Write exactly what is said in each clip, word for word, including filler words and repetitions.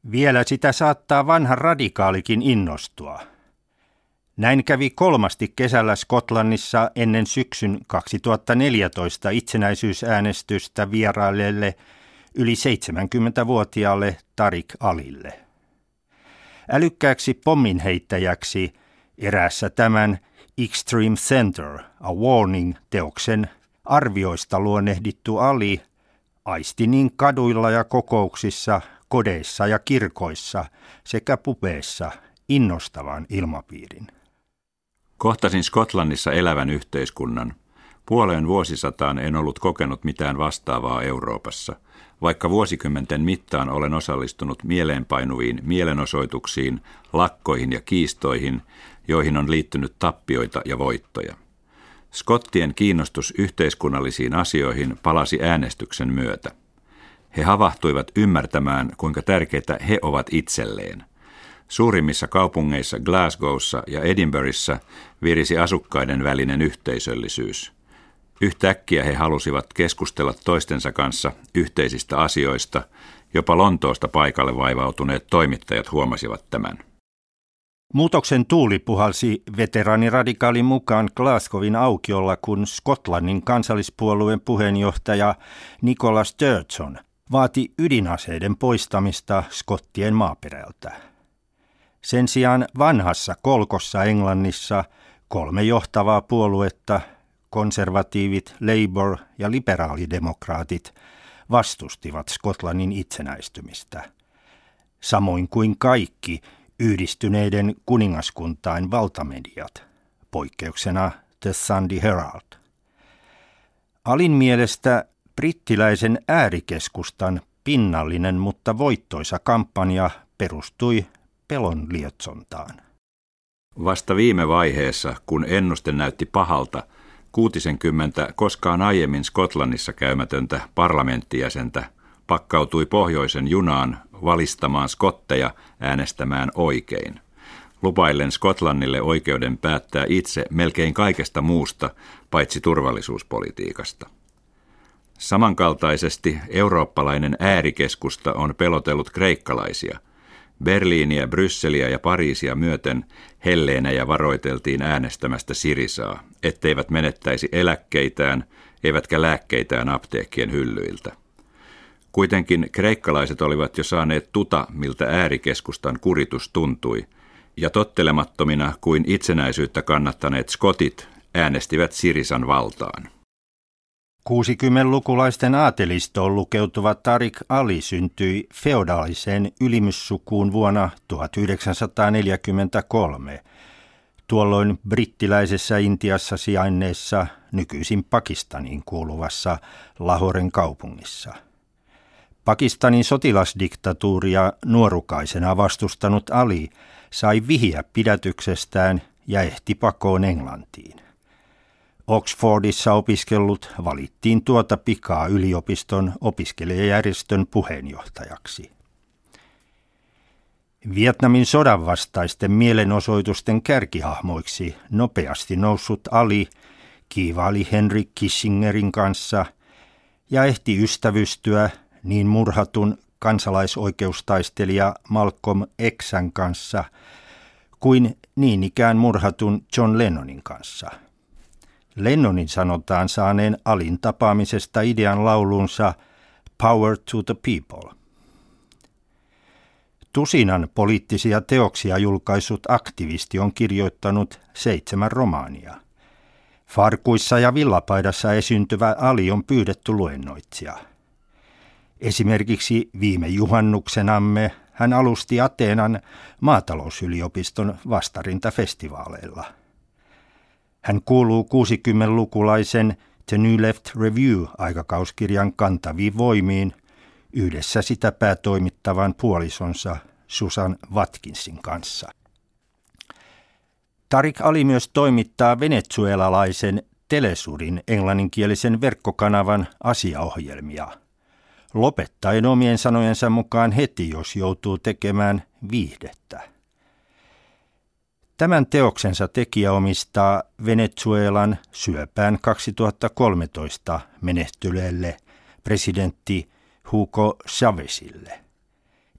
Vielä sitä saattaa vanha radikaalikin innostua. Näin kävi kolmasti kesällä Skotlannissa ennen syksyn kaksituhattaneljätoista itsenäisyysäänestystä vierailleelle yli seitsemänkymmentävuotiaalle Tariq Alille. Älykkääksi pomminheittäjäksi eräässä tämän Extreme Center, A Warning-teoksen arvioista luonnehdittu Ali aisti niin kaduilla ja kokouksissa, kodeissa ja kirkoissa sekä pubeissa innostavan ilmapiirin. Kohtasin Skotlannissa elävän yhteiskunnan. Puoleen vuosisataan en ollut kokenut mitään vastaavaa Euroopassa, vaikka vuosikymmenten mittaan olen osallistunut mieleenpainuviin mielenosoituksiin, lakkoihin ja kiistoihin, joihin on liittynyt tappioita ja voittoja. Skottien kiinnostus yhteiskunnallisiin asioihin palasi äänestyksen myötä. He havahtuivat ymmärtämään, kuinka tärkeitä he ovat itselleen. Suurimmissa kaupungeissa Glasgowssa ja Edinburghissa virisi asukkaiden välinen yhteisöllisyys. Yhtäkkiä he halusivat keskustella toistensa kanssa yhteisistä asioista, jopa Lontoosta paikalle vaivautuneet toimittajat huomasivat tämän. Muutoksen tuuli puhalsi veteraaniradikaalin mukaan Glasgowin aukiolla, kun Skotlannin kansallispuolueen puheenjohtaja Nicola Sturgeon vaati ydinaseiden poistamista skottien maaperältä. Sen sijaan vanhassa kolkossa Englannissa kolme johtavaa puoluetta, konservatiivit, Labour ja liberaalidemokraatit, vastustivat Skotlannin itsenäistymistä. Samoin kuin kaikki yhdistyneiden kuningaskuntain valtamediat, poikkeuksena The Sunday Herald. Alin mielestä brittiläisen äärikeskustan pinnallinen, mutta voittoisa kampanja perustui pelon lietsontaan. Vasta viime vaiheessa, kun ennuste näytti pahalta, kuutisenkymmentä koskaan aiemmin Skotlannissa käymätöntä parlamenttijäsentä pakkautui pohjoisen junaan valistamaan skotteja äänestämään oikein, lupaillen Skotlannille oikeuden päättää itse melkein kaikesta muusta paitsi turvallisuuspolitiikasta. Samankaltaisesti eurooppalainen äärikeskusta on pelotellut kreikkalaisia. Berliiniä, Brysseliä ja Pariisia myöten helleenejä varoiteltiin äänestämästä Syrizaa, etteivät menettäisi eläkkeitään, eivätkä lääkkeitään apteekkien hyllyiltä. Kuitenkin kreikkalaiset olivat jo saaneet tuta, miltä äärikeskustan kuritus tuntui, ja tottelemattomina kuin itsenäisyyttä kannattaneet skotit äänestivät Syrizan valtaan. kuusikymmentälukulaisten aatelistoon lukeutuva Tariq Ali syntyi feodaaliseen ylimyssukuun vuonna tuhatyhdeksänsataaneljäkymmentäkolme, tuolloin brittiläisessä Intiassa sijainneessa nykyisin Pakistaniin kuuluvassa Lahoren kaupungissa. Pakistanin sotilasdiktatuuria nuorukaisena vastustanut Ali sai vihiä pidätyksestään ja ehti pakoon Englantiin. Oxfordissa opiskellut valittiin tuota pikaa yliopiston opiskelijajärjestön puheenjohtajaksi. Vietnamin sodan vastaisten mielenosoitusten kärkihahmoiksi nopeasti noussut Ali kiivaili Henry Kissingerin kanssa ja ehti ystävystyä niin murhatun kansalaisoikeustaistelija Malcolm X:n kanssa kuin niin ikään murhatun John Lennonin kanssa. Lennonin sanotaan saaneen Alin tapaamisesta idean laulunsa Power to the People. Tusinan poliittisia teoksia julkaissut aktivisti on kirjoittanut seitsemän romaania. Farkuissa ja villapaidassa esiintyvä Ali on pyydetty luennoitsija. Esimerkiksi viime juhannuksenamme hän alusti Ateenan maatalousyliopiston vastarintafestivaaleilla. Hän kuuluu kuusikymmentälukulaisen The New Left Review-aikakauskirjan kantaviin voimiin yhdessä sitä päätoimittavan puolisonsa Susan Watkinsin kanssa. Tariq Ali myös toimittaa venezuelalaisen Telesurin englanninkielisen verkkokanavan asiaohjelmia, lopettaen omien sanojensa mukaan heti, jos joutuu tekemään viihdettä. Tämän teoksensa tekijä omistaa Venezuelan syöpään kaksituhattakolmetoista menehtyneelle presidentti Hugo Chávezille.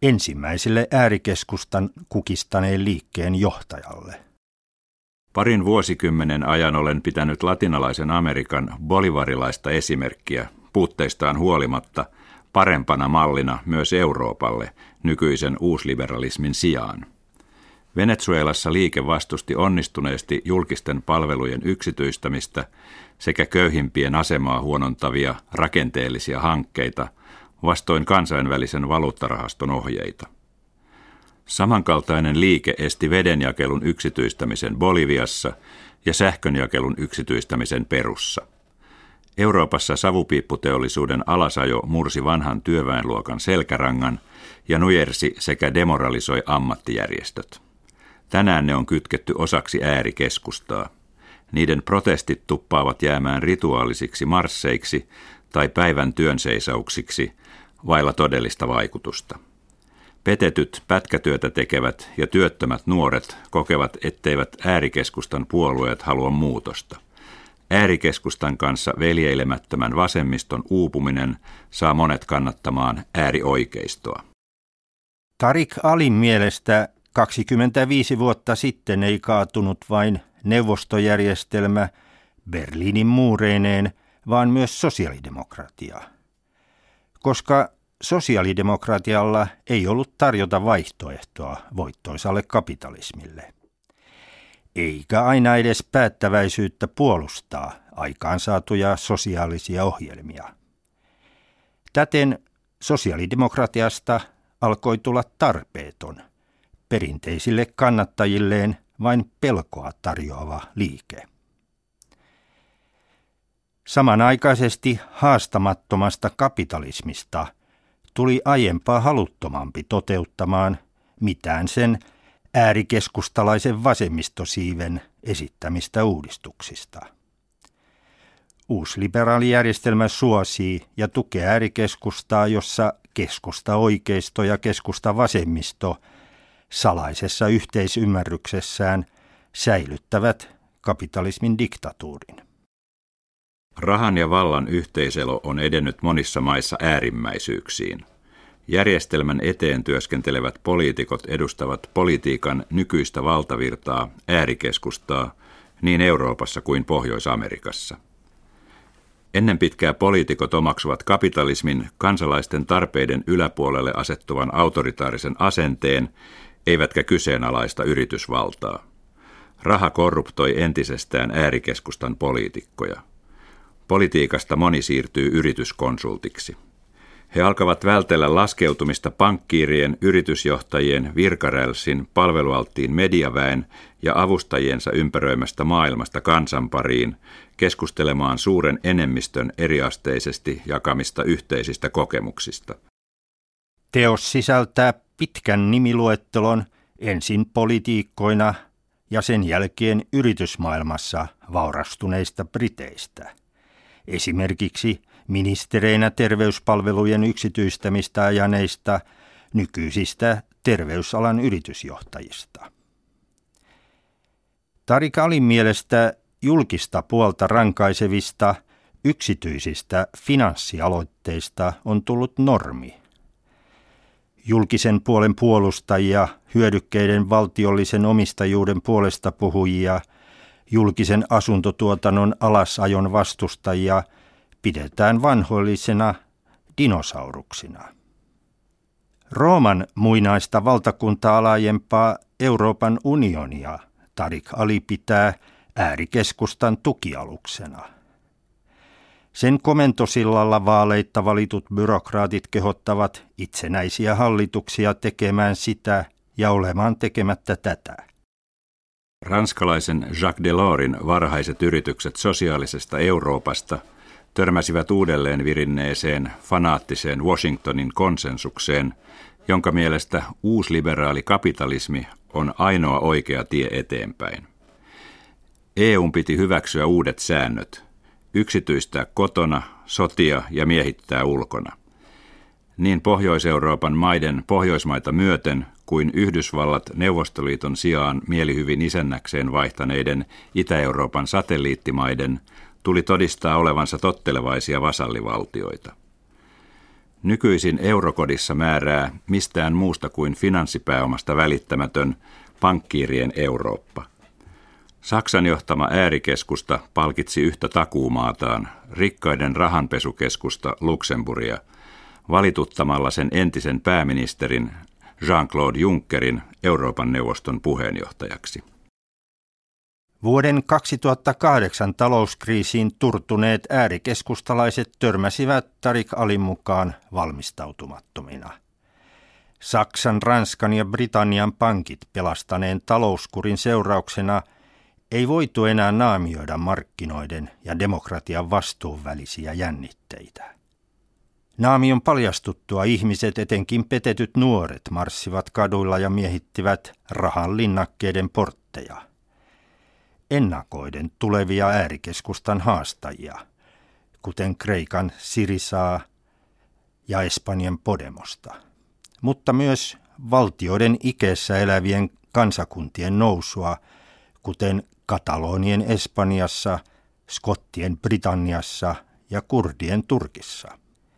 ensimmäiselle äärikeskustan kukistaneen liikkeen johtajalle. Parin vuosikymmenen ajan olen pitänyt latinalaisen Amerikan bolivarilaista esimerkkiä puutteistaan huolimatta parempana mallina myös Euroopalle nykyisen uusliberalismin sijaan. Venezuelassa liike vastusti onnistuneesti julkisten palvelujen yksityistämistä sekä köyhimpien asemaa huonontavia rakenteellisia hankkeita vastoin kansainvälisen valuuttarahaston ohjeita. Samankaltainen liike esti vedenjakelun yksityistämisen Boliviassa ja sähkönjakelun yksityistämisen Perussa. Euroopassa savupiipputeollisuuden alasajo mursi vanhan työväenluokan selkärangan ja nujersi sekä demoralisoi ammattijärjestöt. Tänään ne on kytketty osaksi äärikeskustaa. Niiden protestit tuppaavat jäämään rituaalisiksi marsseiksi tai päivän työnseisauksiksi vailla todellista vaikutusta. Petetyt, pätkätyötä tekevät ja työttömät nuoret kokevat, etteivät äärikeskustan puolueet halua muutosta. Äärikeskustan kanssa veljeilemättömän vasemmiston uupuminen saa monet kannattamaan äärioikeistoa. Tariq Alin mielestä kaksikymmentäviisi vuotta sitten ei kaatunut vain neuvostojärjestelmä Berliinin muureineen, vaan myös sosiaalidemokratia. Koska sosiaalidemokratialla ei ollut tarjota vaihtoehtoa voittoisalle kapitalismille. Eikä aina edes päättäväisyyttä puolustaa aikaansaatuja sosiaalisia ohjelmia. Täten sosiaalidemokratiasta alkoi tulla tarpeeton, perinteisille kannattajilleen vain pelkoa tarjoava liike. Samanaikaisesti haastamattomasta kapitalismista tuli aiempaa haluttomampi toteuttamaan mitään sen äärikeskustalaisen vasemmistosiiven esittämistä uudistuksista. Uusliberaalijärjestelmä suosii ja tukee äärikeskustaa, jossa keskusta-oikeisto ja keskusta-vasemmisto salaisessa yhteisymmärryksessään säilyttävät kapitalismin diktatuurin. Rahan ja vallan yhteiselo on edennyt monissa maissa äärimmäisyyksiin. Järjestelmän eteen työskentelevät poliitikot edustavat politiikan nykyistä valtavirtaa, äärikeskustaa, niin Euroopassa kuin Pohjois-Amerikassa. Ennen pitkää poliitikot omaksuvat kapitalismin kansalaisten tarpeiden yläpuolelle asettuvan autoritaarisen asenteen, eivätkä kyseenalaista yritysvaltaa. Raha korruptoi entisestään äärikeskustan poliitikkoja. Politiikasta moni siirtyy yrityskonsultiksi. He alkavat vältellä laskeutumista pankkiirien, yritysjohtajien, virkarälsin, palvelualttiin mediaväen ja avustajiensa ympäröimästä maailmasta kansanpariin keskustelemaan suuren enemmistön eriasteisesti jakamista yhteisistä kokemuksista. Teos sisältää pitkän nimiluettelon ensin politiikkoina ja sen jälkeen yritysmaailmassa vaurastuneista briteistä. Esimerkiksi ministereinä terveyspalvelujen yksityistämistä ajaneista nykyisistä terveysalan yritysjohtajista. Tariq Alin mielestä julkista puolta rankaisevista yksityisistä finanssialoitteista on tullut normi. Julkisen puolen puolustajia, hyödykkeiden valtiollisen omistajuuden puolesta puhujia, julkisen asuntotuotannon alasajon vastustajia pidetään vanhoillisena dinosauruksina. Rooman muinaista valtakuntaa laajempaa Euroopan unionia Tariq Ali pitää äärikeskustan tukialuksena. Sen komentosillalla vaaleitta valitut byrokraatit kehottavat itsenäisiä hallituksia tekemään sitä ja olemaan tekemättä tätä. Ranskalaisen Jacques Delorsin varhaiset yritykset sosiaalisesta Euroopasta törmäsivät uudelleen virinneeseen fanaattiseen Washingtonin konsensukseen, jonka mielestä uusliberaali kapitalismi on ainoa oikea tie eteenpäin. E U:n piti hyväksyä uudet säännöt, yksityistää kotona, sotia ja miehittää ulkona. Niin Pohjois-Euroopan maiden Pohjoismaita myöten kuin Yhdysvallat Neuvostoliiton sijaan mielihyvin isännäkseen vaihtaneiden Itä-Euroopan satelliittimaiden tuli todistaa olevansa tottelevaisia vasallivaltioita. Nykyisin eurokodissa määrää mistään muusta kuin finanssipääomasta välittämätön pankkiirien Eurooppa. Saksan johtama äärikeskusta palkitsi yhtä takuumaataan, rikkaiden rahanpesukeskusta Luxemburgia, valituttamalla sen entisen pääministerin Jean-Claude Junckerin Euroopan neuvoston puheenjohtajaksi. Vuoden kaksituhattakahdeksan talouskriisiin turtuneet äärikeskustalaiset törmäsivät Tariq Alin mukaan valmistautumattomina. Saksan, Ranskan ja Britannian pankit pelastaneen talouskurin seurauksena ei voitu enää naamioida markkinoiden ja demokratian vastuun välisiä jännitteitä. Naamion paljastuttua ihmiset, etenkin petetyt nuoret, marssivat kaduilla ja miehittivät rahan linnakkeiden portteja, ennakoiden tulevia äärikeskustan haastajia, kuten Kreikan Syrizaa ja Espanjan Podemosta, mutta myös valtioiden ikeessä elävien kansakuntien nousua, kuten Katalonien Espanjassa, Skottien Britanniassa ja kurdien Turkissa.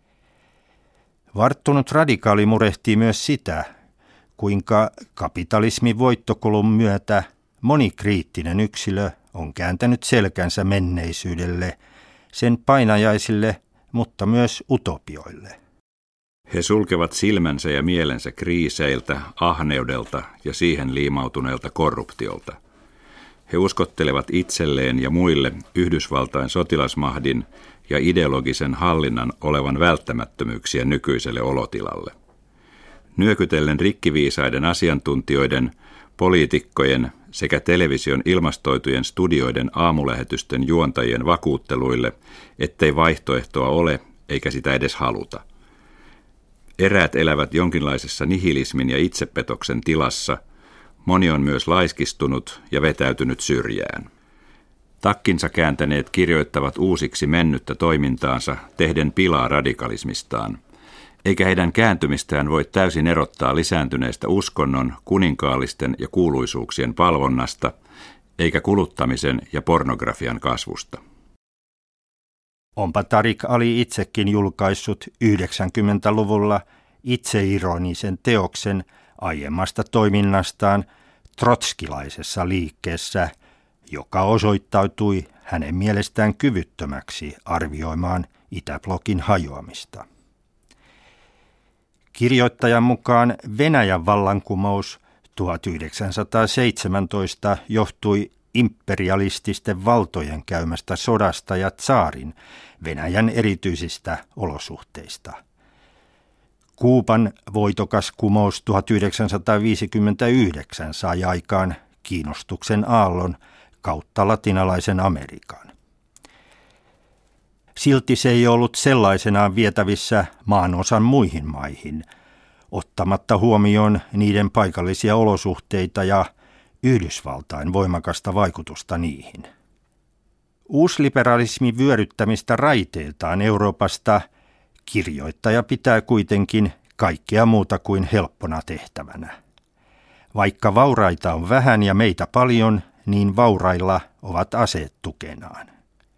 Varttunut radikaali murehtii myös sitä, kuinka kapitalismin voittokulun myötä moni kriittinen yksilö on kääntänyt selkänsä menneisyydelle, sen painajaisille, mutta myös utopioille. He sulkevat silmänsä ja mielensä kriiseiltä, ahneudelta ja siihen liimautuneelta korruptiolta. He uskottelevat itselleen ja muille Yhdysvaltain sotilasmahdin ja ideologisen hallinnan olevan välttämättömyyksiä nykyiselle olotilalle. Nyökytellen rikkiviisaiden asiantuntijoiden, poliitikkojen sekä television ilmastoitujen studioiden aamulähetysten juontajien vakuutteluille, ettei vaihtoehtoa ole eikä sitä edes haluta. Eräät elävät jonkinlaisessa nihilismin ja itsepetoksen tilassa, moni on myös laiskistunut ja vetäytynyt syrjään. Takkinsa kääntäneet kirjoittavat uusiksi mennyttä toimintaansa tehden pilaa radikalismistaan, eikä heidän kääntymistään voi täysin erottaa lisääntyneestä uskonnon, kuninkaallisten ja kuuluisuuksien palvonnasta, eikä kuluttamisen ja pornografian kasvusta. Onpa Tariq Ali itsekin julkaissut yhdeksänkymmentäluvulla itseironisen teoksen aiemmasta toiminnastaan trotskilaisessa liikkeessä, joka osoittautui hänen mielestään kyvyttömäksi arvioimaan Itäblokin hajoamista. Kirjoittajan mukaan Venäjän vallankumous tuhatyhdeksänsataaseitsemäntoista johtui imperialististen valtojen käymästä sodasta ja tsaarin Venäjän erityisistä olosuhteista. Kuuban voitokas kumous tuhatyhdeksänsataaviisikymmentäyhdeksän sai aikaan kiinnostuksen aallon kautta latinalaisen Amerikan. Silti se ei ollut sellaisenaan vietävissä maanosan muihin maihin, ottamatta huomioon niiden paikallisia olosuhteita ja Yhdysvaltain voimakasta vaikutusta niihin. Uusliberalismin vyöryttämistä raiteiltaan Euroopasta kirjoittaja pitää kuitenkin kaikkea muuta kuin helppona tehtävänä. Vaikka vauraita on vähän ja meitä paljon, niin vaurailla ovat aseet tukenaan.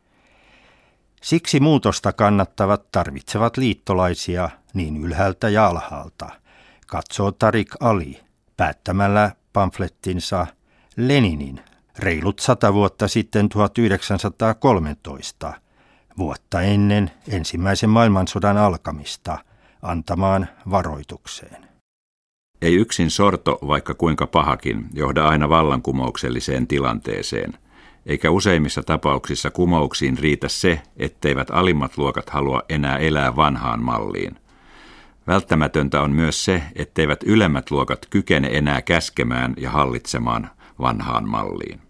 Siksi muutosta kannattavat tarvitsevat liittolaisia niin ylhäältä ja alhaalta, katsoo Tariq Ali päättämällä pamflettinsa Leninin reilut sata vuotta sitten tuhatyhdeksänsataakolmetoista, vuotta ennen ensimmäisen maailmansodan alkamista, antamaan varoitukseen. Ei yksin sorto, vaikka kuinka pahakin, johda aina vallankumoukselliseen tilanteeseen, eikä useimmissa tapauksissa kumouksiin riitä se, etteivät alimmat luokat halua enää elää vanhaan malliin. Välttämätöntä on myös se, etteivät ylemmät luokat kykene enää käskemään ja hallitsemaan vanhaan malliin.